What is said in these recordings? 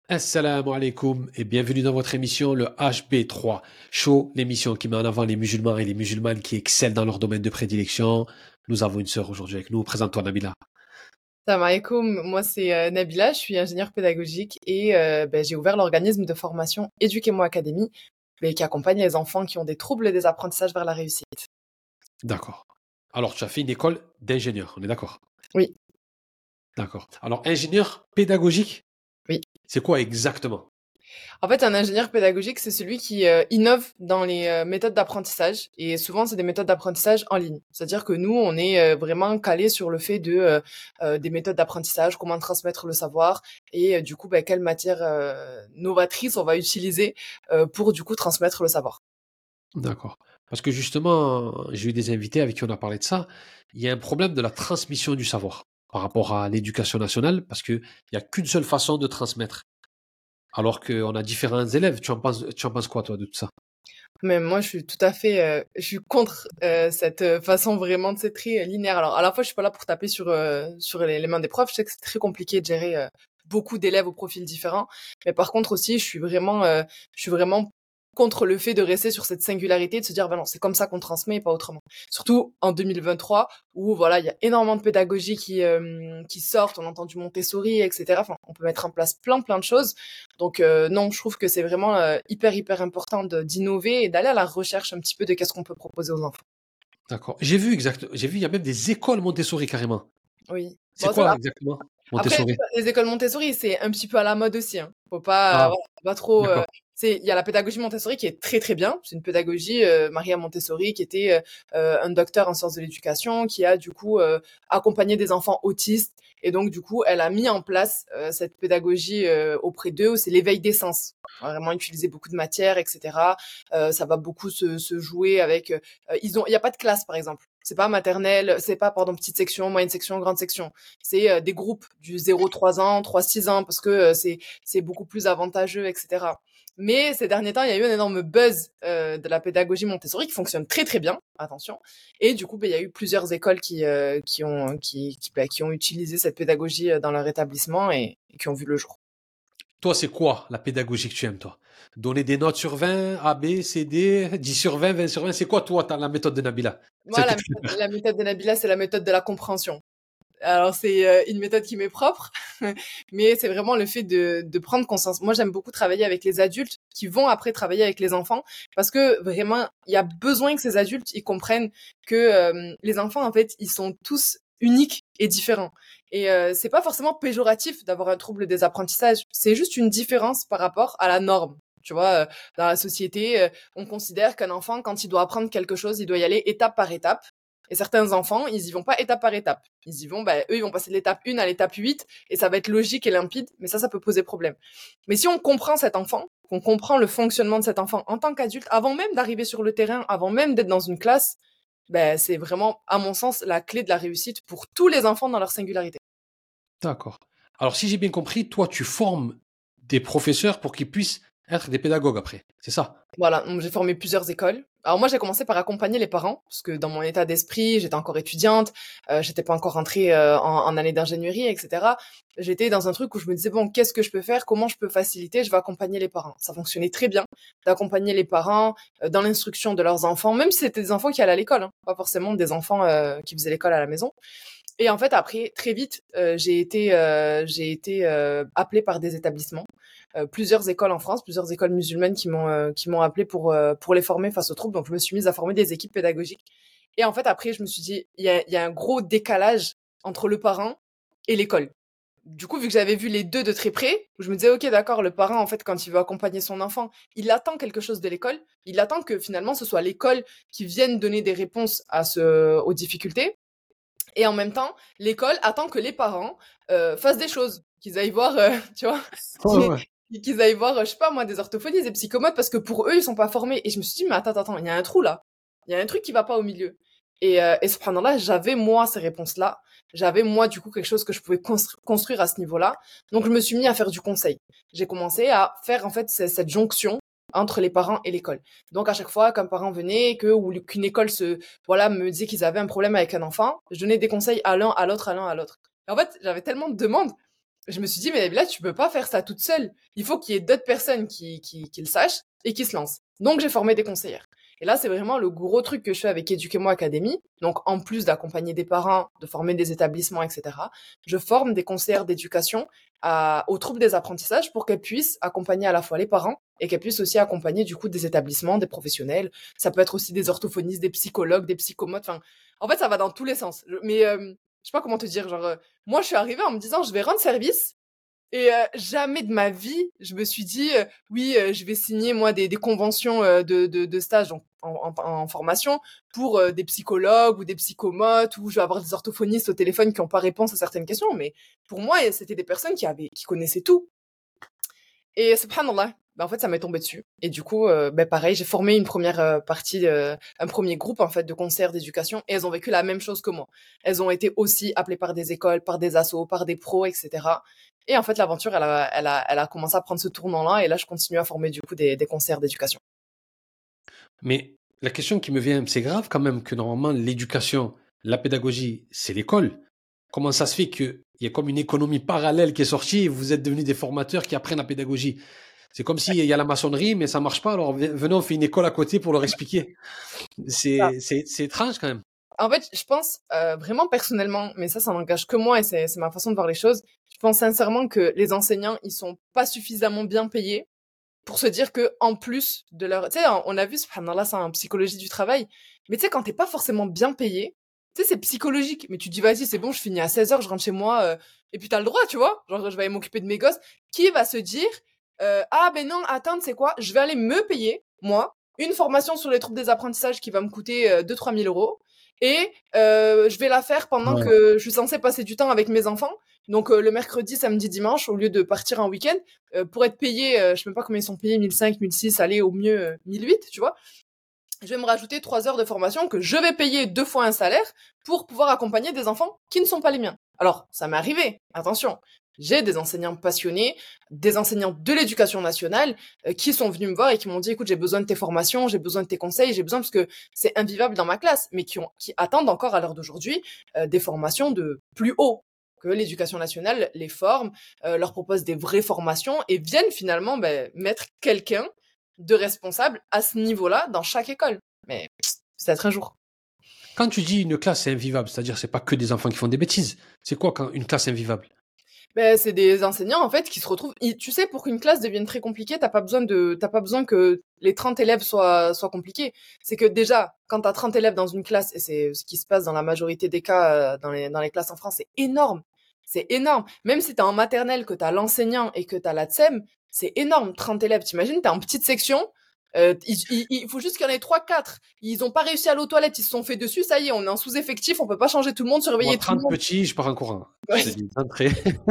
Assalamu alaikum et bienvenue dans votre émission le HB3 Show, l'émission qui met en avant les musulmans et les musulmanes qui excellent dans leur domaine de prédilection. Nous avons une sœur aujourd'hui avec nous. Présente-toi Nabila. Salam alaikum, moi c'est Nabila, je suis ingénieure pédagogique et j'ai ouvert l'organisme de formation Éduquez-moi Academy qui accompagne les enfants qui ont des troubles des apprentissages vers la réussite. D'accord. Alors tu as fait une école d'ingénieur, on est d'accord? Oui, D'accord. Alors ingénieur pédagogique, oui. c'est quoi exactement? En fait, un ingénieur pédagogique, c'est celui qui innove dans les méthodes d'apprentissage et souvent c'est des méthodes d'apprentissage en ligne. C'est-à-dire que nous, on est vraiment calé sur le fait de des méthodes d'apprentissage, comment transmettre le savoir et du coup, quelle matière novatrice on va utiliser pour du coup transmettre le savoir. D'accord. Parce que justement, j'ai eu des invités avec qui on a parlé de ça. Il y a un problème de la transmission du savoir par rapport à l'éducation nationale parce qu'il n'y a qu'une seule façon de transmettre. Alors qu'on a différents élèves. Tu en penses quoi, toi, de tout ça? Mais moi, je suis tout à fait, je suis contre cette façon vraiment de c'est très linéaire. Alors, à la fois, je suis pas là pour taper sur les mains des profs. Je sais que c'est très compliqué de gérer beaucoup d'élèves aux profils différents. Mais par contre aussi, je suis vraiment contre le fait de rester sur cette singularité, de se dire, ben non, c'est comme ça qu'on transmet et pas autrement. Surtout en 2023, où voilà, il y a énormément de pédagogies qui sortent. On entend du Montessori, etc. Enfin, on peut mettre en place plein de choses. Donc non, je trouve que c'est vraiment hyper important d'innover et d'aller à la recherche un petit peu de qu'est-ce qu'on peut proposer aux enfants. D'accord. J'ai vu, il y a même des écoles Montessori carrément. Oui. C'est Bon, ça, quoi exactement après, Montessori? les écoles Montessori, c'est un petit peu à la mode aussi, hein. Faut pas, Ah, voilà, faut pas trop. d'accord. Il y a la pédagogie Montessori qui est très bien. C'est une pédagogie Maria Montessori qui était un docteur en sciences de l'éducation qui a du coup accompagné des enfants autistes et donc du coup elle a mis en place cette pédagogie auprès d'eux où c'est l'éveil des sens. Vraiment utiliser beaucoup de matière, etc. Ça va beaucoup se jouer avec. Il y a pas de classe par exemple. C'est pas maternelle, c'est pas pardon petite section, moyenne section, grande section. C'est des groupes du 0-3 ans, 3-6 ans, parce que c'est beaucoup plus avantageux, etc. Mais ces derniers temps, il y a eu un énorme buzz de la pédagogie Montessori qui fonctionne très bien, attention. Et du coup, il y a eu plusieurs écoles qui ont utilisé cette pédagogie dans leur établissement et qui ont vu le jour. Toi, c'est quoi la pédagogie que tu aimes, toi? Donner des notes sur 20, A, B, C, D, 10 sur 20, 20 sur 20. C'est quoi, toi, la méthode de Nabila? Moi, Celle que tu préfères? la méthode de Nabila, c'est la méthode de la compréhension. Alors c'est une méthode qui m'est propre, mais c'est vraiment le fait de prendre conscience. Moi, j'aime beaucoup travailler avec les adultes qui vont après travailler avec les enfants parce que vraiment, il y a besoin que ces adultes ils comprennent que les enfants en fait, ils sont tous uniques et différents. Et c'est pas forcément péjoratif d'avoir un trouble des apprentissages, c'est juste une différence par rapport à la norme. Tu vois, dans la société, on considère qu'un enfant, quand il doit apprendre quelque chose, il doit y aller étape par étape. Et certains enfants, ils y vont pas étape par étape. Ils y vont, eux, ils vont passer de l'étape 1 à l'étape 8, et ça va être logique et limpide, mais ça peut poser problème. Mais si on comprend cet enfant, qu'on comprend le fonctionnement de cet enfant en tant qu'adulte, avant même d'arriver sur le terrain, avant même d'être dans une classe, c'est vraiment, à mon sens, la clé de la réussite pour tous les enfants dans leur singularité. D'accord. Alors, si j'ai bien compris, toi, tu formes des professeurs pour qu'ils puissent être des pédagogues après. C'est ça? Voilà, donc j'ai formé plusieurs écoles. Alors moi, j'ai commencé par accompagner les parents, parce que dans mon état d'esprit, j'étais encore étudiante, j'étais pas encore rentrée en année d'ingénierie, etc. J'étais dans un truc où je me disais, bon, qu'est-ce que je peux faire? Comment je peux faciliter? Je vais accompagner les parents. Ça fonctionnait très bien d'accompagner les parents dans l'instruction de leurs enfants, même si c'était des enfants qui allaient à l'école, hein, pas forcément des enfants qui faisaient l'école à la maison. Et en fait, après, très vite, j'ai été appelée par des établissements, plusieurs écoles en France, plusieurs écoles musulmanes qui m'ont appelée pour les former face aux troubles. Donc, je me suis mise à former des équipes pédagogiques. Et en fait, après, je me suis dit, il y a un gros décalage entre le parent et l'école. Du coup, vu que j'avais vu les deux de très près, je me disais, ok, d'accord, le parent, en fait, quand il veut accompagner son enfant, il attend quelque chose de l'école. Il attend que finalement, ce soit l'école qui vienne donner des réponses aux difficultés. Et en même temps, l'école attend que les parents fassent des choses, qu'ils aillent voir, tu vois, Ouais, qu'ils ouais. qu'ils aillent voir, je sais pas moi, des orthophonistes, des psychomotes, parce que pour eux, ils sont pas formés. Et je me suis dit, mais attends, il y a un trou là. Il y a un truc qui va pas au milieu. Et cependant-là, j'avais moi ces réponses-là. J'avais moi du coup quelque chose que je pouvais construire à ce niveau-là. Donc je me suis mis à faire du conseil. J'ai commencé à faire en fait cette jonction entre les parents et l'école. Donc à chaque fois qu'un parent venait, qu'une école me disait qu'ils avaient un problème avec un enfant, je donnais des conseils à l'un, à l'autre, à l'un, à l'autre. Et en fait, j'avais tellement de demandes Je me suis dit, mais là, tu peux pas faire ça toute seule. Il faut qu'il y ait d'autres personnes qui le sachent et qui se lancent. Donc, j'ai formé des conseillères. Et là, c'est vraiment le gros truc que je fais avec Éduquez-moi Academy. Donc, en plus d'accompagner des parents, de former des établissements, etc., je forme des conseillères d'éducation aux troubles des apprentissages pour qu'elles puissent accompagner à la fois les parents et qu'elles puissent aussi accompagner, du coup, des établissements, des professionnels. Ça peut être aussi des orthophonistes, des psychologues, des psychomotes. Enfin, en fait, ça va dans tous les sens. Mais, je sais pas comment te dire, genre, moi, je suis arrivée en me disant, je vais rendre service. Et jamais de ma vie, je me suis dit, oui, je vais signer, moi, des conventions de stage en formation pour des psychologues ou des psychomotes, ou je vais avoir des orthophonistes au téléphone qui n'ont pas réponse à certaines questions. Mais pour moi, c'était des personnes qui connaissaient tout. Et subhanallah, en fait, ça m'est tombé dessus. Et du coup, pareil, j'ai formé une première partie, un premier groupe en fait de conseillères d'éducation, et elles ont vécu la même chose que moi. Elles ont été aussi appelées par des écoles, par des assos, par des pros, etc. Et en fait, l'aventure, elle a commencé à prendre ce tournant-là, et là, je continue à former du coup des conseillères d'éducation. Mais la question qui me vient, c'est grave quand même que normalement l'éducation, la pédagogie, c'est l'école. Comment ça se fait qu'il y a comme une économie parallèle qui est sortie et vous êtes devenus des formateurs qui apprennent la pédagogie? C'est comme s'il y a la maçonnerie, mais ça marche pas. Alors venez, on fait une école à côté pour leur expliquer. C'est étrange quand même. En fait, je pense vraiment personnellement, mais ça n'engage que moi et c'est ma façon de voir les choses. Je pense sincèrement que les enseignants, ils sont pas suffisamment bien payés pour se dire que en plus de leur, tu sais, on a vu, subhanallah, c'est en psychologie du travail, mais tu sais, quand t'es pas forcément bien payé, tu sais, c'est psychologique, mais tu dis, vas-y, c'est bon, je finis à 16h, je rentre chez moi, et puis t'as le droit, tu vois, genre, je vais aller m'occuper de mes gosses. Qui va se dire, ah, ben non, attends, c'est quoi, je vais aller me payer, moi, une formation sur les troubles des apprentissages qui va me coûter 2-3 000 euros, et je vais la faire pendant Ouais. que je suis censée passer du temps avec mes enfants. Donc le mercredi, samedi, dimanche, au lieu de partir en week-end, pour être payé, je sais même pas combien ils sont payés, 1005, 1006, allez au mieux 1008, tu vois. Je vais me rajouter 3 heures de formation que je vais payer 2 fois un salaire pour pouvoir accompagner des enfants qui ne sont pas les miens. Alors, ça m'est arrivé, attention. J'ai des enseignants passionnés, des enseignants de l'éducation nationale qui sont venus me voir et qui m'ont dit, écoute, j'ai besoin de tes formations, j'ai besoin de tes conseils, j'ai besoin parce que c'est invivable dans ma classe, mais qui attendent encore à l'heure d'aujourd'hui des formations de plus haut, que l'éducation nationale les forme, leur propose des vraies formations et viennent finalement mettre quelqu'un de responsable à ce niveau-là dans chaque école. Mais peut-être un jour. Quand tu dis une classe est invivable, c'est-à-dire c'est pas que des enfants qui font des bêtises. C'est quoi quand une classe invivable? C'est des enseignants en fait qui se retrouvent. Tu sais, pour qu'une classe devienne très compliquée, t'as pas besoin que les 30 élèves soient compliqués. C'est que déjà, quand t'as 30 élèves dans une classe, et c'est ce qui se passe dans la majorité des cas dans les classes en France, c'est énorme. C'est énorme. Même si t'es en maternelle, que t'as l'enseignant et que t'as la TSEM, c'est énorme. 30 élèves, t'imagines, t'es en petite section. Il faut juste qu'il y en ait 3-4. Ils ont pas réussi à aller aux toilettes, ils se sont fait dessus, ça y est, on est en sous-effectif, on peut pas changer tout le monde, Moi, surveiller tout le 30 monde. petits, je pars en courant. Ouais. Je te dis d'entrée.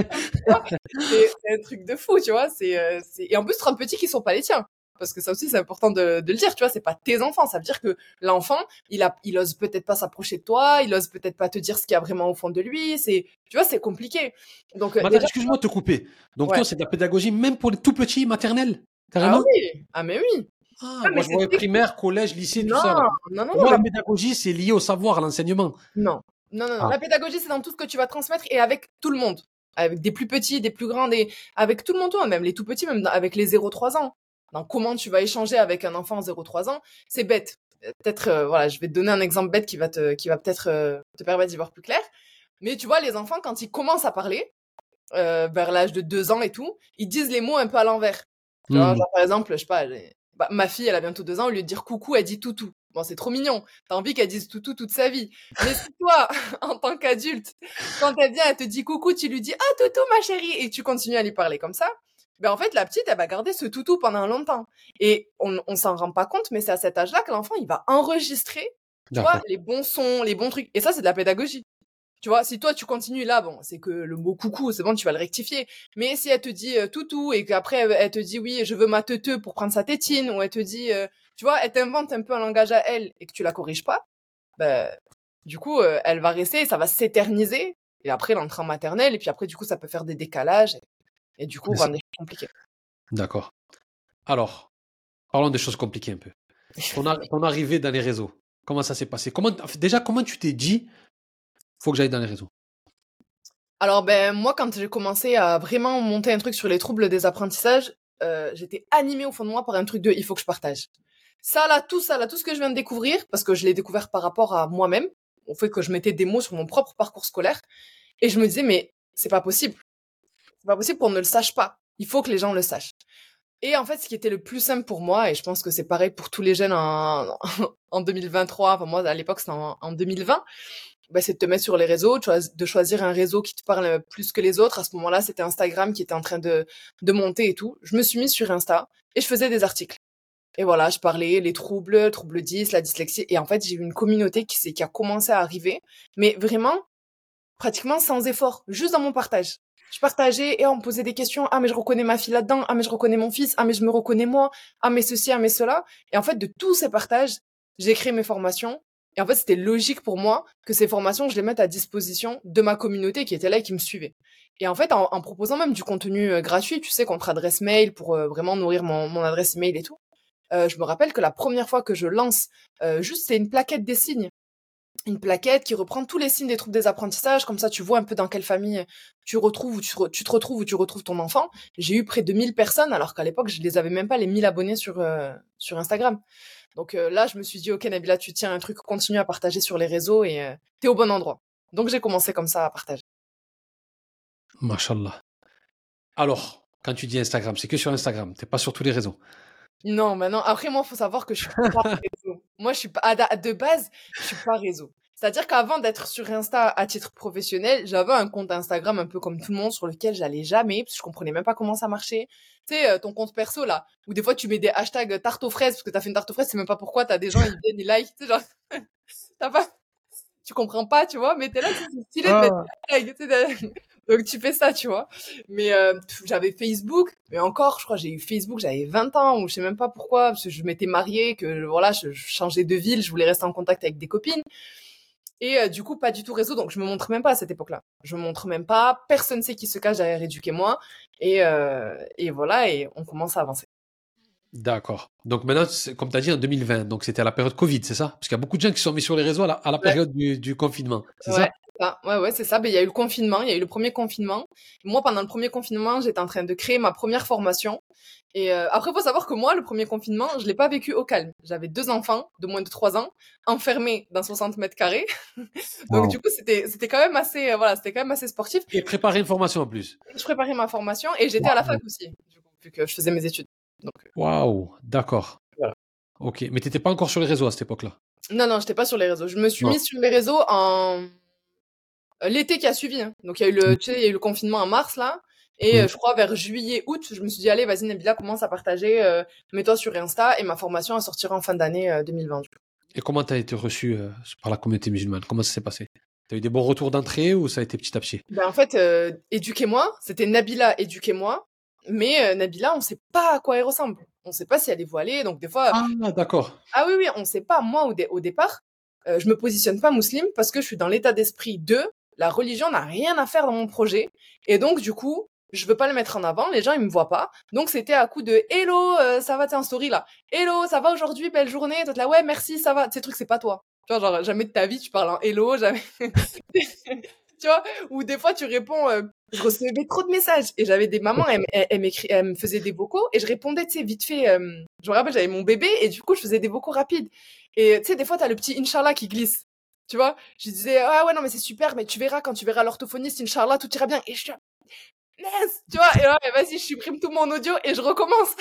C'est un truc de fou, tu vois. Et en plus, 30 petits qui sont pas les tiens. Parce que ça aussi, c'est important de le dire, tu vois. C'est pas tes enfants. Ça veut dire que l'enfant, il ose peut-être pas s'approcher de toi, il ose peut-être pas te dire ce qu'il y a vraiment au fond de lui. Tu vois, c'est compliqué. Donc, Madame, déjà, excuse-moi de te couper. Donc ouais. toi, c'est de la pédagogie même pour les tout petits maternels, Ah carrément? oui. Ah, mais oui. Ah, Ah, mais moi je voyais primaire, collège, lycée, tout non, ça, là. non, non, Pour non, moi, mais la pédagogie, c'est lié au savoir, à l'enseignement. non. Non, non, non. Ah, La pédagogie, c'est dans tout ce que tu vas transmettre et avec tout le monde. Avec des plus petits, des plus grands, avec tout le monde, même les tout petits, même avec les 0-3 ans. Donc, comment tu vas échanger avec un enfant 0-3 ans, c'est bête. Peut-être, voilà, je vais te donner un exemple bête qui va peut-être te permettre d'y voir plus clair. Mais tu vois, les enfants, quand ils commencent à parler, vers l'âge de 2 ans et tout, ils disent les mots un peu à l'envers. Tu vois, hmm. genre, par exemple, je sais pas, ma fille, elle a bientôt 2 ans, au lieu de dire coucou, elle dit toutou. Bon, c'est trop mignon. T'as envie qu'elle dise toutou toute sa vie. Mais si toi, en tant qu'adulte, quand elle vient, elle te dit coucou, tu lui dis ah toutou ma chérie et tu continues à lui parler comme ça, en fait la petite elle va garder ce toutou pendant longtemps. Et on s'en rend pas compte, mais c'est à cet âge-là que l'enfant il va enregistrer, tu vois, D'accord. les bons sons, les bons trucs. Et ça c'est de la pédagogie. Tu vois, si toi tu continues là, bon, c'est que le mot coucou, c'est bon, tu vas le rectifier. Mais si elle te dit toutou et qu'après elle te dit oui, je veux ma teuteux pour prendre sa tétine, ou elle te dit, tu vois, elle t'invente un peu un langage à elle et que tu la corriges pas, ben, du coup, elle va rester, ça va s'éterniser. Et après, l'entrée en maternelle, et puis après, du coup, ça peut faire des décalages et du coup, Mais c'est- rendre les choses compliquées. D'accord. Alors, parlons des choses compliquées un peu. Ton arrivée dans les réseaux, comment ça s'est passé? Déjà, comment tu t'es dit, faut que j'aille dans les réseaux? Alors, ben, moi, quand j'ai commencé à vraiment monter un truc sur les troubles des apprentissages, j'étais animée au fond de moi par un truc de il faut que je partage. Ça, là, tout ce que je viens de découvrir, parce que je l'ai découvert par rapport à moi-même, au fait que je mettais des mots sur mon propre parcours scolaire, et je me disais, mais c'est pas possible. C'est pas possible qu'on ne le sache pas. Il faut que les gens le sachent. Et en fait, ce qui était le plus simple pour moi, et je pense que c'est pareil pour tous les jeunes en, en 2023, enfin moi à l'époque c'était en 2020, bah, c'est de te mettre sur les réseaux, de choisir un réseau qui te parle plus que les autres. À ce moment-là, c'était Instagram qui était en train de monter et tout. Je me suis mise sur Insta et je faisais des articles. Et voilà, je parlais les troubles 10, la dyslexie. Et en fait, j'ai eu une communauté qui a commencé à arriver, mais vraiment, pratiquement sans effort, juste dans mon partage. Je partageais et on me posait des questions. Ah, mais je reconnais ma fille là-dedans. Ah, mais je reconnais mon fils. Ah, mais je me reconnais moi. Ah, mais ceci, ah, mais cela. Et en fait, de tous ces partages, j'ai créé mes formations. Et en fait, c'était logique pour moi que ces formations, je les mette à disposition de ma communauté qui était là et qui me suivait. Et en fait, en proposant même du contenu gratuit, tu sais, contre adresse mail pour vraiment nourrir mon adresse mail et tout. Je me rappelle que la première fois que je lance, juste c'est une plaquette des signes, une plaquette qui reprend tous les signes des troubles des apprentissages, comme ça tu vois un peu dans quelle famille tu retrouves ou tu te retrouves ou tu retrouves ton enfant. J'ai eu près de 1000 personnes, alors qu'à l'époque, je les avais même pas les 1000 abonnés sur Instagram. Donc là, je me suis dit, ok Nabila, tu tiens un truc, continue à partager sur les réseaux et t'es au bon endroit. Donc j'ai commencé comme ça à partager. Mashallah. Alors, quand tu dis Instagram, c'est que sur Instagram, t'es pas sur tous les réseaux. Non, maintenant, après, moi, faut savoir que je suis pas réseau. Moi, je suis pas, de base, je suis pas réseau. C'est-à-dire qu'avant d'être sur Insta à titre professionnel, j'avais un compte Instagram un peu comme tout le monde sur lequel j'allais jamais, parce que je comprenais même pas comment ça marchait. Tu sais, ton compte perso, là, où des fois tu mets des hashtags tarte aux fraises, parce que t'as fait une tarte aux fraises, c'est même pas pourquoi, t'as des gens, ils viennent, ils like, tu sais, genre, t'as pas, tu comprends pas, tu vois, mais t'es là, tu sais, c'est stylé de mettre Ah. des hashtags, tu sais, donc tu fais ça, tu vois. Mais j'avais Facebook, mais encore, je crois, j'ai eu Facebook, j'avais 20 ans, ou je sais même pas pourquoi, parce que je m'étais mariée, que voilà, je changeais de ville, je voulais rester en contact avec des copines. Et du coup, pas du tout réseau, donc je me montre même pas à cette époque-là. Je me montre même pas, personne sait qui se cache derrière Éduquez-moi. Et voilà, et on commence à avancer. D'accord. Donc maintenant, comme tu as dit, en 2020, donc c'était à la période Covid, c'est ça? Parce qu'il y a beaucoup de gens qui sont mis sur les réseaux à la période du confinement, c'est Ouais, ça? c'est ça. Ouais, ouais, c'est ça. Ben, il y a eu le confinement, il y a eu le premier confinement. Moi, pendant le premier confinement, j'étais en train de créer ma première formation. Et après, faut savoir que moi, le premier confinement, je l'ai pas vécu au calme. J'avais 2 enfants de moins de 3 ans, enfermés dans 60 mètres carrés. Donc Wow. du coup, c'était quand même assez, voilà, c'était quand même assez sportif. Et préparer une formation en plus. Je préparais ma formation et j'étais à la fac Waouh. aussi, du coup, vu que je faisais mes études. Donc Waouh, d'accord. voilà. Ok, mais t'étais pas encore sur les réseaux à cette époque-là. Non, non, j'étais pas sur les réseaux. Je me suis Non. mise sur les réseaux en l'été qui a suivi, hein. Donc il y a eu tu sais, il y a eu le confinement en mars là, et Oui. je crois vers juillet, août, je me suis dit allez, vas-y Nabila, commence à partager, mets-toi sur Insta et ma formation elle sortira en fin d'année 2020. Et comment tu as été reçu par la communauté musulmane? Comment ça s'est passé? Tu as eu des bons retours d'entrée ou ça a été petit à petit? Ben en fait, éduquez-moi, c'était Nabila, éduquez-moi, mais Nabila, on sait pas à quoi elle ressemble. On sait pas si elle est voilée, donc des fois, Ah, d'accord. ah oui, oui, on sait pas. Moi, au départ, je me positionne pas musulmane parce que je suis dans l'état d'esprit de la religion n'a rien à faire dans mon projet. Et donc, du coup, je veux pas le mettre en avant. Les gens, ils me voient pas. Donc, c'était à coup de Hello, ça va, t'es en story là. Hello, ça va aujourd'hui, belle journée. Toi, t'es là, ouais, merci, ça va. Ces trucs, c'est pas toi. Tu vois, genre, jamais de ta vie, tu parles en Hello, jamais. Tu vois, ou des fois tu réponds, je recevais trop de messages et j'avais des mamans, elles me faisaient des vocaux et je répondais, tu sais, vite fait. Je me rappelle, j'avais mon bébé et du coup je faisais des vocaux rapides. Et tu sais, des fois t'as le petit Inch'Allah qui glisse. Tu vois, je disais, ah ouais, non, mais c'est super, mais tu verras quand tu verras l'orthophoniste, Inch'Allah, tout ira bien. Et je suis, mince, tu vois, et là, vas-y, je supprime tout mon audio et je recommence.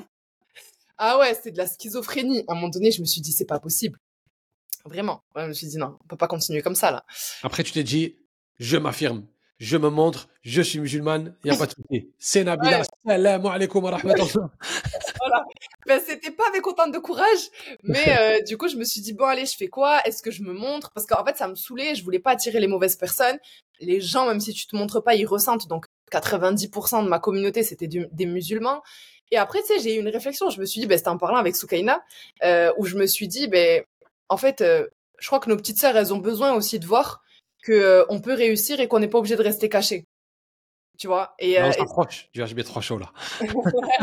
Ah ouais, c'est de la schizophrénie. À un moment donné, je me suis dit, c'est pas possible. Vraiment. Ouais, je me suis dit, non, on peut pas continuer comme ça, là. Après, tu t'es dit, je m'affirme, je me montre, je suis musulmane, il n'y a pas de souci. C'est Nabila, Ouais. salam alaikum wa rahmatullah. Voilà. Ben, c'était pas avec autant de courage, mais du coup, je me suis dit, bon, allez, je fais quoi? Est-ce que je me montre? Parce qu'en fait, ça me saoulait, je voulais pas attirer les mauvaises personnes. Les gens, même si tu te montres pas, ils ressentent. Donc, 90% de ma communauté, c'était des musulmans. Et après, tu sais, j'ai eu une réflexion. Je me suis dit, ben, c'était en parlant avec Soukaina, où je me suis dit, ben, en fait, je crois que nos petites sœurs, elles ont besoin aussi de voir que on peut réussir et qu'on n'est pas obligé de rester caché. Tu vois? Là, on s'approche du HB3 Show, là.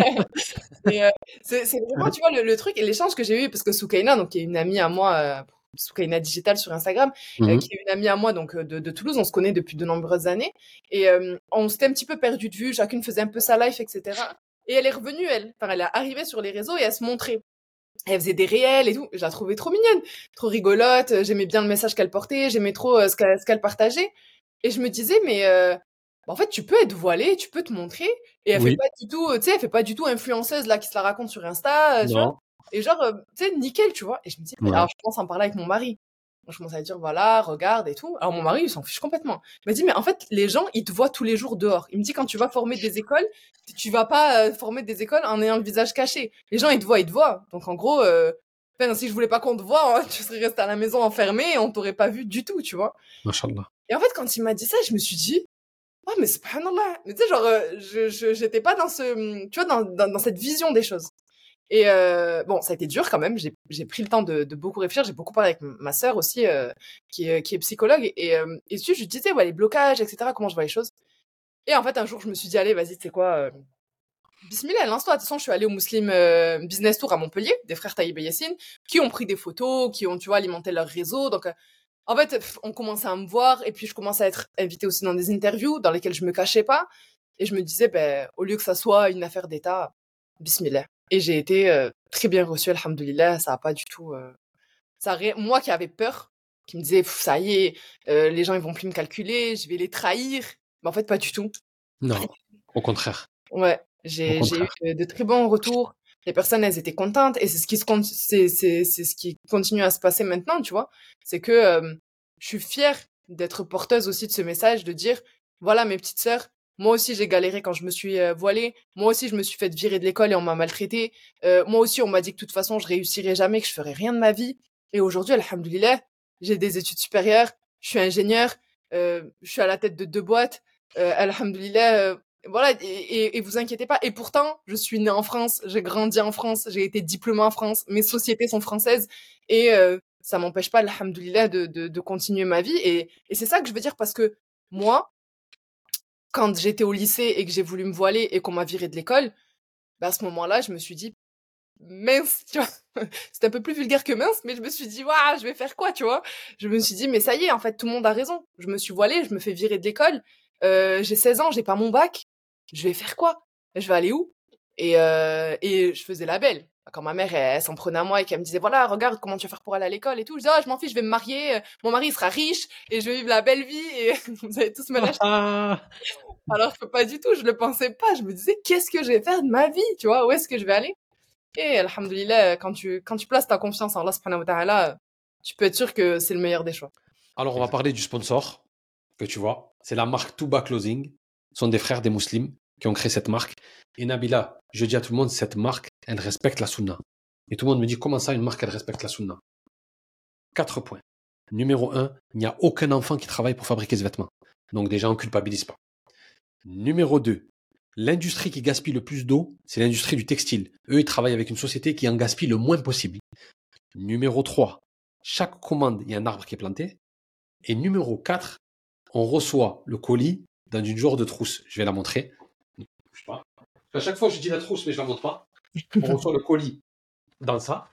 Et c'est vraiment, tu vois, le truc et l'échange que j'ai eu, parce que Soukaina, donc, qui est une amie à moi, Soukaina Digital sur Instagram, qui est une amie à moi, donc de Toulouse. On se connaît depuis de nombreuses années. Et on s'était un petit peu perdu de vue. Chacune faisait un peu sa life, etc. Et elle est revenue, elle est arrivée sur les réseaux et elle se montrait. Elle faisait des réels et tout. Je la trouvais trop mignonne, trop rigolote. J'aimais bien le message qu'elle portait. J'aimais trop ce qu'elle partageait. Et je me disais, mais en fait, tu peux être voilée, tu peux te montrer. Et elle fait Oui. pas du tout, tu sais, elle fait pas du tout influenceuse là qui se la raconte sur Insta, tu vois. Non. Et genre, tu sais, nickel, tu vois. Et je me dis, mais Ouais. alors je commence à en parler avec mon mari. Je commence à lui dire, voilà, regarde et tout. Alors mon mari, il s'en fiche complètement. Il m'a dit, mais en fait, les gens, ils te voient tous les jours dehors. Il me dit, quand tu vas former des écoles, tu vas pas former des écoles en ayant le visage caché. Les gens, ils te voient, ils te voient. Donc en gros, enfin, si je voulais pas qu'on te voie, hein, tu serais resté à la maison enfermé et on t'aurait pas vu du tout, tu vois. Mashallah. Et en fait, quand il m'a dit ça, je me suis dit, oh, mais subhanallah. Mais tu sais, genre, j'étais pas dans tu vois, dans cette vision des choses. Et bon, ça a été dur quand même. J'ai pris le temps de beaucoup réfléchir. J'ai beaucoup parlé avec ma sœur aussi, qui est psychologue. Et dessus, je lui disais, ouais, les blocages, etc., comment je vois les choses. Et en fait, un jour, je me suis dit, allez, vas-y, tu sais quoi, bismillah, lance-toi. De toute façon, je suis allée au Muslim Business Tour à Montpellier, des frères Taïb et Yassine, qui ont pris des photos, qui ont, tu vois, alimenté leur réseau. Donc, en fait, on commençait à me voir, et puis je commençais à être invitée aussi dans des interviews dans lesquelles je me cachais pas. Et je me disais, ben, au lieu que ça soit une affaire d'État, bismillah. Et j'ai été très bien reçue, alhamdoulilah. Ça a pas du tout... Moi qui avais peur, qui me disais, ça y est, les gens ils vont plus me calculer, je vais les trahir. Mais en fait, pas du tout. Non. Au contraire. Ouais, Au j'ai eu contraire. de très bons retours. Les personnes, elles étaient contentes et c'est ce qui c'est ce qui continue à se passer maintenant, tu vois. C'est que je suis fière d'être porteuse aussi de ce message, de dire voilà mes petites sœurs, moi aussi j'ai galéré quand je me suis voilée, moi aussi je me suis fait virer de l'école et on m'a maltraitée. Moi aussi on m'a dit que de toute façon je réussirais jamais, que je ferais rien de ma vie. Et aujourd'hui, alhamdoulilah, j'ai des études supérieures, je suis ingénieure, je suis à la tête de 2 boîtes. Alhamdoulilah, voilà, et vous inquiétez pas. Et pourtant, je suis née en France, j'ai grandi en France, j'ai été diplômée en France, mes sociétés sont françaises, et ça m'empêche pas, alhamdoulilah, de continuer ma vie. Et c'est ça que je veux dire, parce que moi, quand j'étais au lycée et que j'ai voulu me voiler et qu'on m'a virée de l'école, bah à ce moment-là, je me suis dit, mince, tu vois. C'est un peu plus vulgaire que mince, mais je me suis dit, waouh, je vais faire quoi, tu vois. Je me suis dit, mais ça y est, en fait, tout le monde a raison. Je me suis voilée, je me fais virer de l'école, j'ai 16 ans, j'ai pas mon bac. Je vais faire quoi? Je vais aller où? Et je faisais la belle. Quand ma mère, elle s'en prenait à moi et qu'elle me disait, voilà, regarde comment tu vas faire pour aller à l'école et tout. Je disais, oh, je m'en fiche, je vais me marier, mon mari il sera riche et je vais vivre la belle vie et vous allez tous me lâcher. Ah, Alors que pas du tout, je le pensais pas. Je me disais, qu'est-ce que je vais faire de ma vie, tu vois? Où est-ce que je vais aller? Et alhamdoulilah, quand tu places ta confiance en Allah subhanahu wa ta'ala, tu peux être sûr que c'est le meilleur des choix. alors, on va parler du sponsor, que tu vois. C'est la marque Touba Clothing. Ce sont des frères des musulmans qui ont créé cette marque. Et Nabila, je dis à tout le monde, cette marque, elle respecte la sunna. Et tout le monde me dit, comment ça, une marque, elle respecte la sunna? 4 points. Numéro 1, il n'y a aucun enfant qui travaille pour fabriquer ce vêtement. Donc déjà, on ne culpabilise pas. Numéro 2, l'industrie qui gaspille le plus d'eau, c'est l'industrie du textile. Eux, ils travaillent avec une société qui en gaspille le moins possible. Numéro 3, chaque commande, il y a un arbre qui est planté. Et numéro 4, on reçoit le colis dans une genre de trousse. Je vais la montrer. Je sais pas. À chaque fois, je dis la trousse, mais je la montre pas. On reçoit le colis dans ça.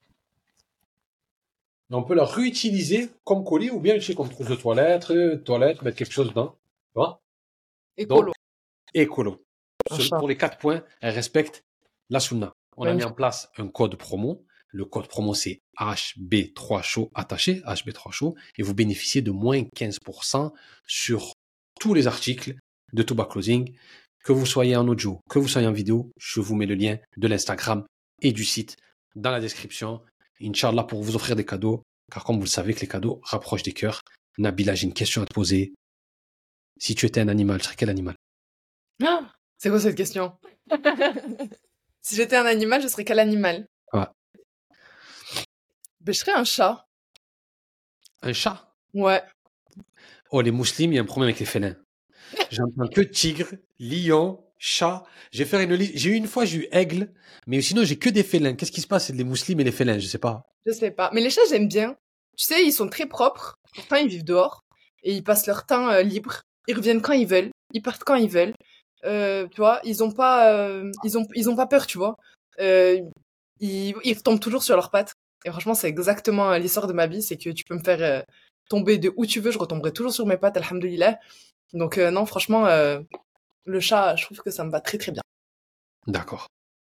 Et on peut la réutiliser comme colis ou bien utiliser comme trousse de toilette, mettre quelque chose dedans. Tu vois? Donc, Écolo. écolo. Inch'Allah. Pour les 4 points, elle respecte la sunna. On a mis en place un code promo. Le code promo, c'est HB3Show attaché, HB3Show, et vous bénéficiez de moins 15% sur tous les articles de Touba Clothing. Que vous soyez en audio, que vous soyez en vidéo, je vous mets le lien de l'Instagram et du site dans la description. Inch'Allah, pour vous offrir des cadeaux, car comme vous le savez que les cadeaux rapprochent des cœurs. Nabila, j'ai une question à te poser. Si tu étais un animal, tu serais quel animal? Ah, c'est quoi cette question? Si j'étais un animal, je serais quel animal? Ouais. Ben, je serais un chat. Un chat? Ouais. Oh, les musulmans, il y a un problème avec les félins. J'entends que tigre, lion, chat. J'ai eu une fois, j'ai eu aigle, mais sinon, j'ai que des félins. Qu'est-ce qui se passe? C'est les musulmans et les félins, je sais pas. Je sais pas. Mais les chats, j'aime bien. Tu sais, ils sont très propres. Pourtant, ils vivent dehors. Et ils passent leur temps libre. Ils reviennent quand ils veulent. Ils partent quand ils veulent. Tu vois, ils ont pas peur, tu vois. Ils retombent toujours sur leurs pattes. Et franchement, c'est exactement l'histoire de ma vie, c'est que tu peux me faire tomber de où tu veux, je retomberai toujours sur mes pattes, alhamdoulilah. Donc non, franchement, le chat, je trouve que ça me va très très bien. D'accord.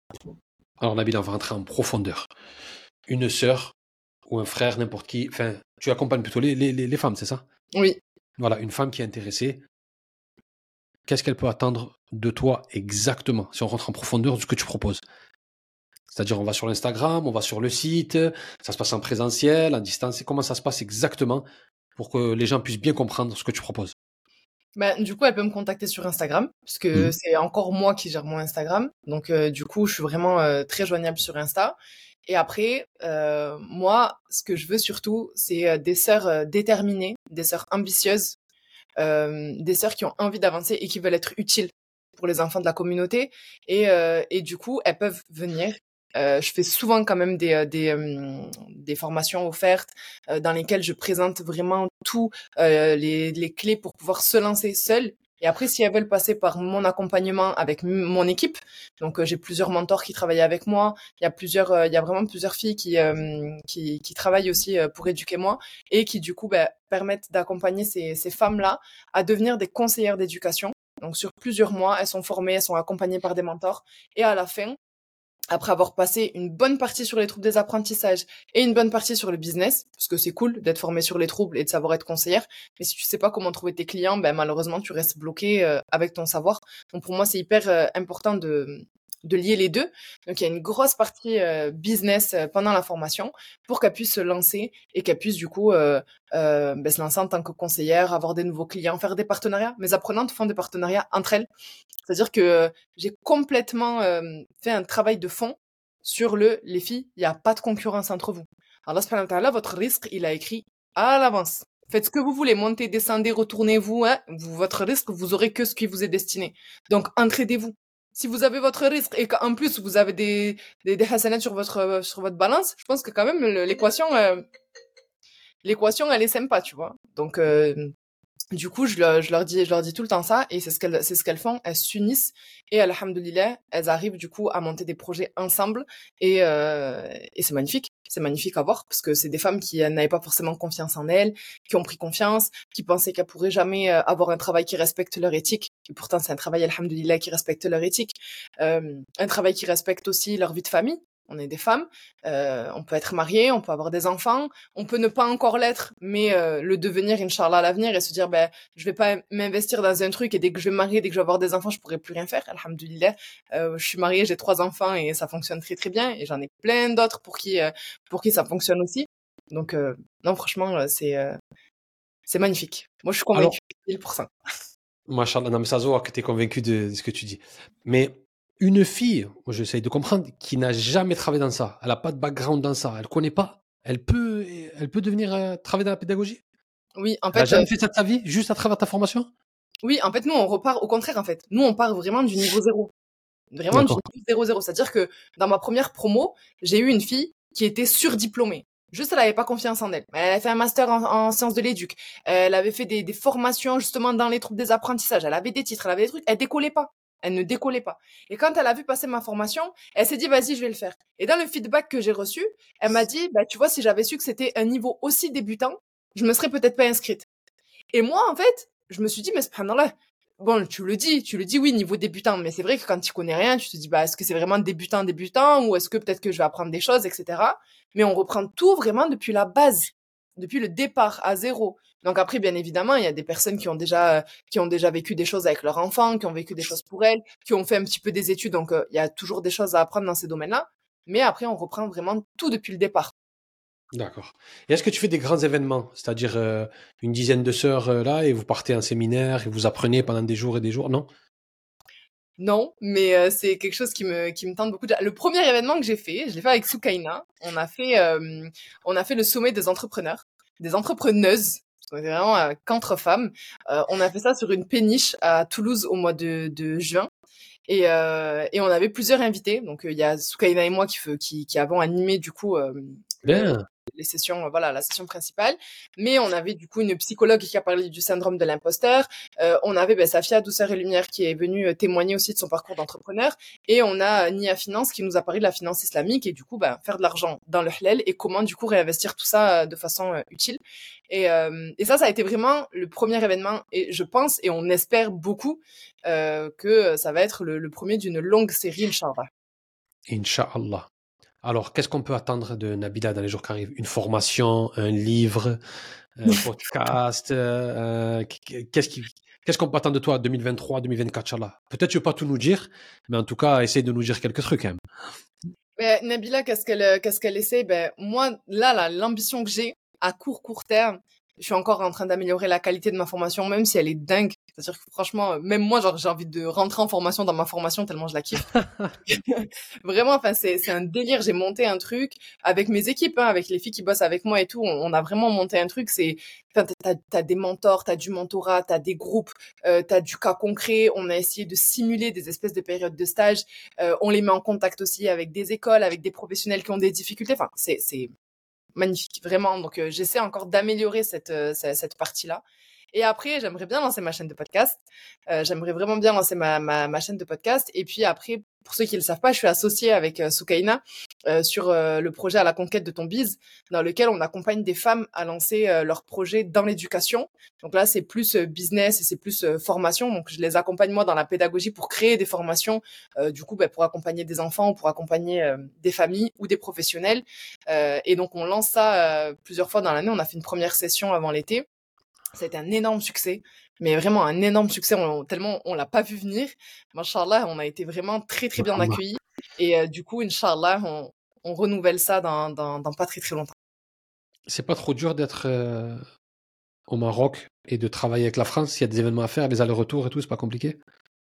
Alors Nabil, on va rentrer en profondeur. Une sœur ou un frère, n'importe qui, enfin, tu accompagnes plutôt les femmes, c'est ça? Oui. Voilà, une femme qui est intéressée, qu'est-ce qu'elle peut attendre de toi exactement, si on rentre en profondeur de ce que tu proposes? C'est-à-dire, on va sur l'Instagram, on va sur le site, ça se passe en présentiel, en distance, comment ça se passe exactement pour que les gens puissent bien comprendre ce que tu proposes? Bah, du coup, elle peut me contacter sur Instagram, parce que Mhm. c'est encore moi qui gère mon Instagram. Donc, du coup, je suis vraiment très joignable sur Insta. Et après, moi, ce que je veux surtout, c'est des sœurs déterminées, des sœurs ambitieuses, des sœurs qui ont envie d'avancer et qui veulent être utiles pour les enfants de la communauté. Et du coup, elles peuvent venir. Je fais souvent quand même des formations offertes dans lesquelles je présente vraiment tout les clés pour pouvoir se lancer seules. Et après, si elles veulent passer par mon accompagnement avec mon équipe, donc j'ai plusieurs mentors qui travaillent avec moi. Il y a vraiment plusieurs filles qui travaillent aussi pour éduquer moi et qui du coup permettent d'accompagner ces femmes-là à devenir des conseillères d'éducation. Donc sur plusieurs mois, elles sont formées, elles sont accompagnées par des mentors. Et à la fin, après avoir passé une bonne partie sur les troubles des apprentissages et une bonne partie sur le business, parce que c'est cool d'être formé sur les troubles et de savoir être conseillère, mais si tu sais pas comment trouver tes clients, ben malheureusement tu restes bloqué avec ton savoir. Donc pour moi c'est hyper important de lier les deux. Donc il y a une grosse partie business pendant la formation pour qu'elle puisse se lancer et qu'elle puisse du coup se lancer en tant que conseillère, avoir des nouveaux clients, faire des partenariats. Mes apprenantes font des partenariats entre elles. C'est-à-dire que j'ai complètement fait un travail de fond sur les filles, il n'y a pas de concurrence entre vous. Alors là, votre risque, il a écrit à l'avance. Faites ce que vous voulez, montez, descendez, retournez-vous, hein. Votre risque, vous aurez que ce qui vous est destiné. Donc, entraidez-vous. Si vous avez votre risque et qu'en plus vous avez des hasanats sur votre balance, je pense que quand même l'équation elle est sympa, tu vois. Donc du coup, je leur dis tout le temps ça, et c'est ce qu'elles font. Elles s'unissent, et alhamdoulilah, elles arrivent du coup à monter des projets ensemble, et c'est magnifique. C'est magnifique à voir, parce que c'est des femmes qui n'avaient pas forcément confiance en elles, qui ont pris confiance, qui pensaient qu'elles pourraient jamais avoir un travail qui respecte leur éthique. Et pourtant, c'est un travail, alhamdoulilah, qui respecte leur éthique. Un travail qui respecte aussi leur vie de famille. On est des femmes, on peut être marié, on peut avoir des enfants, on peut ne pas encore l'être, mais le devenir, Inch'Allah, à l'avenir, et se dire, ben, je vais pas m'investir dans un truc, et dès que je vais me marier, dès que je vais avoir des enfants, je pourrai plus rien faire. Alhamdoulilah. Je suis mariée, j'ai 3 enfants, et ça fonctionne très très bien, et j'en ai plein d'autres pour qui ça fonctionne aussi. Donc, non, franchement, c'est magnifique. Moi, je suis convaincue, Alors, 1000%. machallah, non, mais ça se voit que tu es convaincu de ce que tu dis. Mais une fille, moi j'essaye de comprendre, qui n'a jamais travaillé dans ça, elle n'a pas de background dans ça, elle connaît pas, elle peut devenir travailler dans la pédagogie? Oui, en Elle a fait, jamais fait ça de sa vie, juste à travers ta formation? oui, en fait, nous, on repart au contraire, en fait. Nous, on part vraiment du niveau zéro. Vraiment du D'accord. niveau zéro zéro. C'est-à-dire que dans ma première promo, j'ai eu une fille qui était surdiplômée. Juste, elle avait pas confiance en elle. Elle avait fait un master en sciences de l'éduc. Elle avait fait des formations justement dans les troubles des apprentissages. Elle avait des titres, elle avait des trucs. Elle décollait pas. Elle ne décollait pas. Et quand elle a vu passer ma formation, elle s'est dit, vas-y, je vais le faire. Et dans le feedback que j'ai reçu, elle m'a dit, bah, tu vois, si j'avais su que c'était un niveau aussi débutant, je me serais peut-être pas inscrite. Et moi, en fait, je me suis dit, mais subhanallah, bon, tu le dis, oui, niveau débutant, mais c'est vrai que quand tu connais rien, tu te dis, bah, est-ce que c'est vraiment débutant, ou est-ce que peut-être que je vais apprendre des choses, etc. Mais on reprend tout vraiment depuis la base, depuis le départ, à zéro. Donc après, bien évidemment, il y a des personnes qui ont déjà vécu des choses avec leurs enfants, qui ont vécu des choses pour elles, qui ont fait un petit peu des études, donc il y a toujours des choses à apprendre dans ces domaines-là. Mais après, on reprend vraiment tout depuis le départ. D'accord. Et est-ce que tu fais des grands événements? C'est-à-dire une dizaine de sœurs là et vous partez en séminaire et vous apprenez pendant des jours et des jours? Non? Non, mais c'est quelque chose qui me tente beaucoup. Le premier événement que j'ai fait, je l'ai fait avec Soukaina. On a fait le sommet des entrepreneurs, des entrepreneuses. On était vraiment qu'entre femmes. On a fait ça sur une péniche à Toulouse au mois de juin. Et on avait plusieurs invités. Donc il y a Soukaina et moi qui avons animé du coup Bien. les sessions, voilà, la session principale. Mais on avait du coup une psychologue qui a parlé du syndrome de l'imposteur. On avait Safia Douceur et Lumière qui est venue témoigner aussi de son parcours d'entrepreneur. Et on a Nia Finance qui nous a parlé de la finance islamique et du coup, faire de l'argent dans le halal et comment du coup réinvestir tout ça de façon utile. Et ça a été vraiment le premier événement et je pense et on espère beaucoup que ça va être le premier d'une longue série, Inch'Allah. Inch'Allah. Alors, qu'est-ce qu'on peut attendre de Nabila dans les jours qui arrivent? Une formation, un livre, un podcast qu'est-ce qu'on peut attendre de toi 2023, 2024, Inch'Allah? Peut-être tu ne veux pas tout nous dire, mais en tout cas, essaye de nous dire quelques trucs quand même. Nabila, qu'est-ce qu'elle essaie? Moi, là, l'ambition que j'ai à court terme, je suis encore en train d'améliorer la qualité de ma formation, même si elle est dingue. C'est-à-dire que franchement, même moi, genre, j'ai envie de rentrer en formation dans ma formation tellement je la kiffe. Vraiment, enfin, c'est un délire. J'ai monté un truc avec mes équipes, hein, avec les filles qui bossent avec moi et tout. On a vraiment monté un truc. Enfin, t'as des mentors, t'as du mentorat, t'as des groupes, t'as du cas concret. On a essayé de simuler des espèces de périodes de stage. On les met en contact aussi avec des écoles, avec des professionnels qui ont des difficultés. Enfin, c'est magnifique, vraiment. Donc, j'essaie encore d'améliorer cette partie-là. Et après, j'aimerais bien lancer ma chaîne de podcast. J'aimerais vraiment bien lancer ma chaîne de podcast. Et puis après, pour ceux qui ne le savent pas, je suis associée avec Soukaina sur le projet À la conquête de ton biz, dans lequel on accompagne des femmes à lancer leurs projets dans l'éducation. Donc là, c'est plus business et c'est plus formation. Donc je les accompagne moi dans la pédagogie pour créer des formations, du coup, pour accompagner des enfants ou pour accompagner des familles ou des professionnels. Et donc on lance ça plusieurs fois dans l'année. On a fait une première session avant l'été. Ça a été un énorme succès, mais vraiment un énorme succès, tellement on l'a pas vu venir. Machallah, on a été vraiment très très bien accueillis. Et du coup, Inch'Allah, on renouvelle ça dans pas très très longtemps. C'est pas trop dur d'être au Maroc et de travailler avec la France? Il y a des événements à faire, des allers-retours et tout, c'est pas compliqué?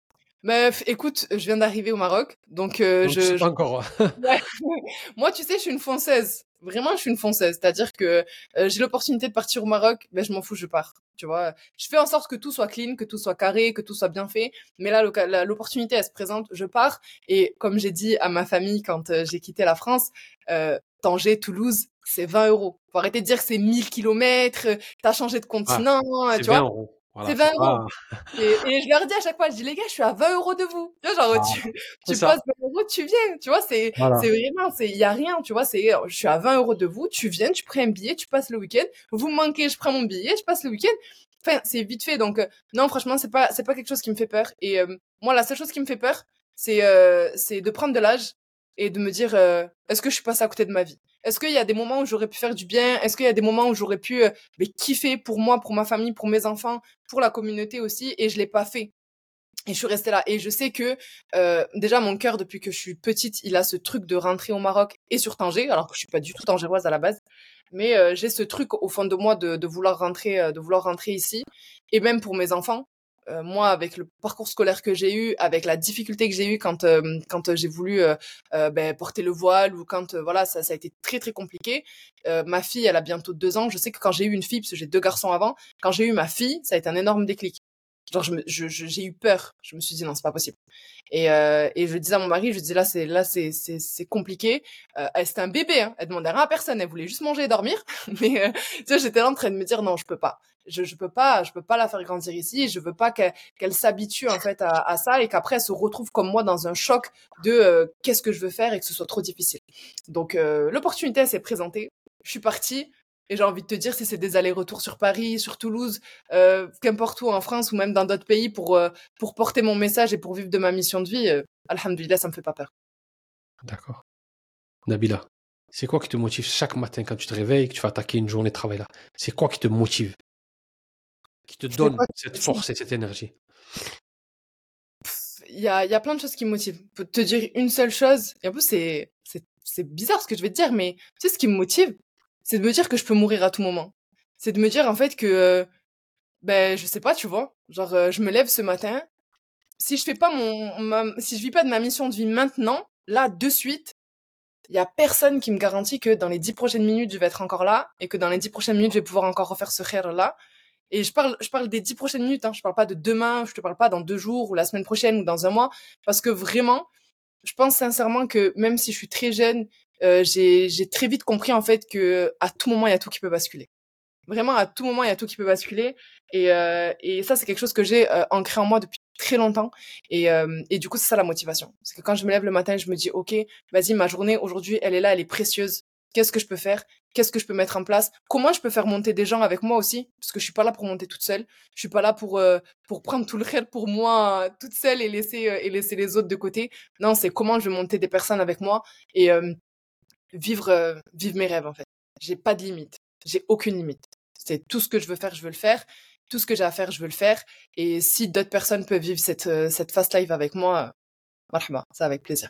Écoute, je viens d'arriver au Maroc, donc Donc tu sais pas encore. ouais. Moi, tu sais, je suis une fonceuse. Vraiment, je suis une fonceuse. C'est-à-dire que j'ai l'opportunité de partir au Maroc, je m'en fous, je pars. Tu vois, je fais en sorte que tout soit clean, que tout soit carré, que tout soit bien fait. Mais là, l'opportunité, elle se présente, je pars. Et comme j'ai dit à ma famille quand j'ai quitté la France, Tanger, Toulouse, c'est 20 euros. Faut arrêter de dire que c'est 1000 kilomètres, t'as changé de Ah, continent, c'est tu vois. 20 €. C'est Voilà, 20 c'est euros. pas. Et je leur dis à chaque fois, je dis, les gars, je suis à 20 euros de vous. Tu vois, genre, Ah, c'est tu ça. poses 20 euros, tu viens. Tu vois, Voilà. c'est vraiment, il y a rien, tu vois, je suis à 20 euros de vous, tu viens, tu prends un billet, tu passes le week-end. Vous me manquez, je prends mon billet, je passe le week-end. Enfin, c'est vite fait. Donc, non, franchement, c'est pas quelque chose qui me fait peur. Et moi, la seule chose qui me fait peur, c'est de prendre de l'âge et de me dire, est-ce que je suis passée à côté de ma vie? Est-ce qu'il y a des moments où j'aurais pu faire du bien? Est-ce qu'il y a des moments où j'aurais pu kiffer pour moi, pour ma famille, pour mes enfants, pour la communauté aussi, et je l'ai pas fait. Et je suis restée là. Et je sais que déjà mon cœur, depuis que je suis petite, il a ce truc de rentrer au Maroc et sur Tanger, alors que je suis pas du tout tangéroise à la base. Mais j'ai ce truc au fond de moi de vouloir rentrer ici. Et même pour mes enfants, moi, avec le parcours scolaire que j'ai eu, avec la difficulté que j'ai eu quand j'ai voulu porter le voile ou quand voilà, ça a été très très compliqué. Ma fille, elle a bientôt 2 ans. Je sais que quand j'ai eu une fille, parce que j'ai 2 garçons avant, quand j'ai eu ma fille, ça a été un énorme déclic. Genre, j'ai eu peur. Je me suis dit, non, c'est pas possible. Et je disais à mon mari, je disais, c'est compliqué. C'était un bébé, hein. Elle demandait rien à personne. Elle voulait juste manger et dormir. Mais, tu sais, j'étais là en train de me dire, non, je peux pas. Je peux pas la faire grandir ici. Je veux pas qu'elle s'habitue, en fait, à ça et qu'après, elle se retrouve comme moi dans un choc de, qu'est-ce que je veux faire et que ce soit trop difficile. Donc, l'opportunité, elle s'est présentée. Je suis partie. Et j'ai envie de te dire, si c'est des allers-retours sur Paris, sur Toulouse, qu'importe où en France ou même dans d'autres pays pour porter mon message et pour vivre de ma mission de vie, alhamdoulilah, ça me fait pas peur. D'accord. Nabila, c'est quoi qui te motive chaque matin quand tu te réveilles, que tu vas attaquer une journée de travail là? C'est quoi qui te motive, qui te C'est donne quoi cette force et cette énergie? il y a plein de choses qui me motivent. Pour te dire une seule chose, et en plus c'est bizarre ce que je vais te dire, mais tu sais ce qui me motive, c'est de me dire que je peux mourir à tout moment. C'est de me dire en fait que je sais pas, tu vois, genre je me lève ce matin, si je fais pas si je vis pas de ma mission de vie maintenant, là de suite, il y a personne qui me garantit que dans les 10 prochaines minutes, je vais être encore là et que dans les 10 prochaines minutes, je vais pouvoir encore refaire ce khair là. Et je parle des 10 prochaines minutes, hein. Je parle pas de demain, je te parle pas dans 2 jours ou la semaine prochaine ou dans un mois. Parce que vraiment, je pense sincèrement que même si je suis très jeune j'ai très vite compris en fait que à tout moment il y a tout qui peut basculer. Vraiment, à tout moment, il y a tout qui peut basculer. Et ça, c'est quelque chose que j'ai ancré en moi depuis très longtemps. Et du coup, c'est ça la motivation. C'est que quand je me lève le matin, je me dis, OK, vas-y, ma journée aujourd'hui, elle est là, elle est précieuse. Qu'est-ce que je peux faire? Qu'est-ce que je peux mettre en place? Comment je peux faire monter des gens avec moi aussi? Parce que je suis pas là pour monter toute seule. Je suis pas là pour prendre tout le raid pour moi toute seule et laisser les autres de côté. Non, c'est comment je vais monter des personnes avec moi et vivre mes rêves, en fait. J'ai pas de limite. J'ai aucune limite. C'est tout ce que je veux faire, je veux le faire. Tout ce que j'ai à faire, je veux le faire. Et si d'autres personnes peuvent vivre cette fast life avec moi, marhaba, c'est avec plaisir.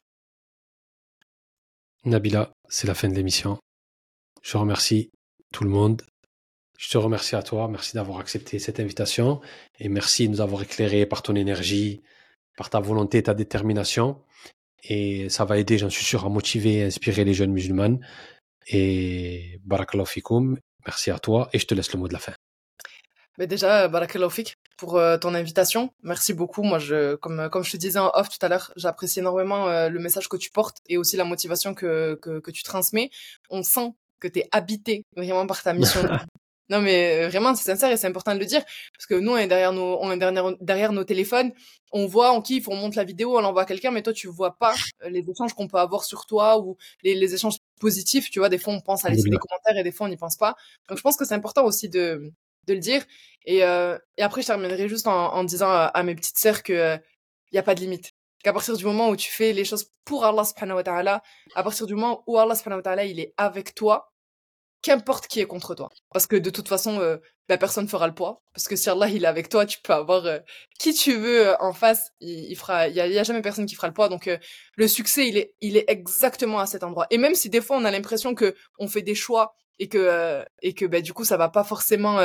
Nabila, c'est la fin de l'émission. Je remercie tout le monde. Je te remercie à toi. Merci d'avoir accepté cette invitation. Et merci de nous avoir éclairé par ton énergie, par ta volonté et ta détermination. Et ça va aider, j'en suis sûr, à motiver et inspirer les jeunes musulmanes. Et barakallahu fikoum. Merci à toi. Et je te laisse le mot de la fin. Mais déjà, barakallahu fik pour ton invitation. Merci beaucoup. Moi, comme je te disais en off tout à l'heure, j'apprécie énormément le message que tu portes et aussi la motivation que tu transmets. On sent que tu es habité vraiment par ta mission. Non, mais vraiment, c'est sincère et c'est important de le dire. Parce que nous, on est derrière nos téléphones. On voit, on kiffe, on monte la vidéo, on l'envoie à quelqu'un, mais toi, tu vois pas les échanges qu'on peut avoir sur toi ou les échanges positifs. Tu vois, des fois, on pense à laisser des Alhamdulillah. commentaires et des fois, on n'y pense pas. Donc, je pense que c'est important aussi de le dire. Et après, je terminerai juste en disant à mes petites sœurs que y a pas de limite. Qu'à partir du moment où tu fais les choses pour Allah subhanahu wa ta'ala, à partir du moment où Allah subhanahu wa ta'ala, il est avec toi, qu'importe qui est contre toi. Parce que de toute façon, personne fera le poids. Parce que si Allah il est avec toi, tu peux avoir qui tu veux en face. Il y a jamais personne qui fera le poids. Donc le succès, il est exactement à cet endroit. Et même si des fois on a l'impression que on fait des choix et que du coup ça va pas forcément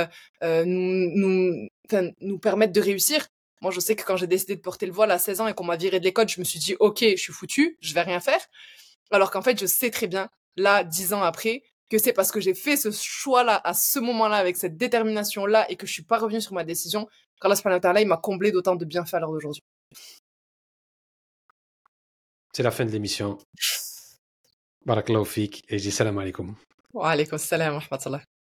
nous permettre de réussir. Moi, je sais que quand j'ai décidé de porter le voile à 16 ans et qu'on m'a viré de l'école, je me suis dit, OK, je suis foutu, je vais rien faire. Alors qu'en fait, je sais très bien, là, 10 ans après, que c'est parce que j'ai fait ce choix-là, à ce moment-là, avec cette détermination-là, et que je suis pas revenue sur ma décision, qu'Allah subhanahu wa ta'ala, il m'a comblé d'autant de bienfaits à l'heure d'aujourd'hui. C'est la fin de l'émission. Barakallahu fik. Et je dis salam alaikum. Wa alaykum assalam wa rahmatullah.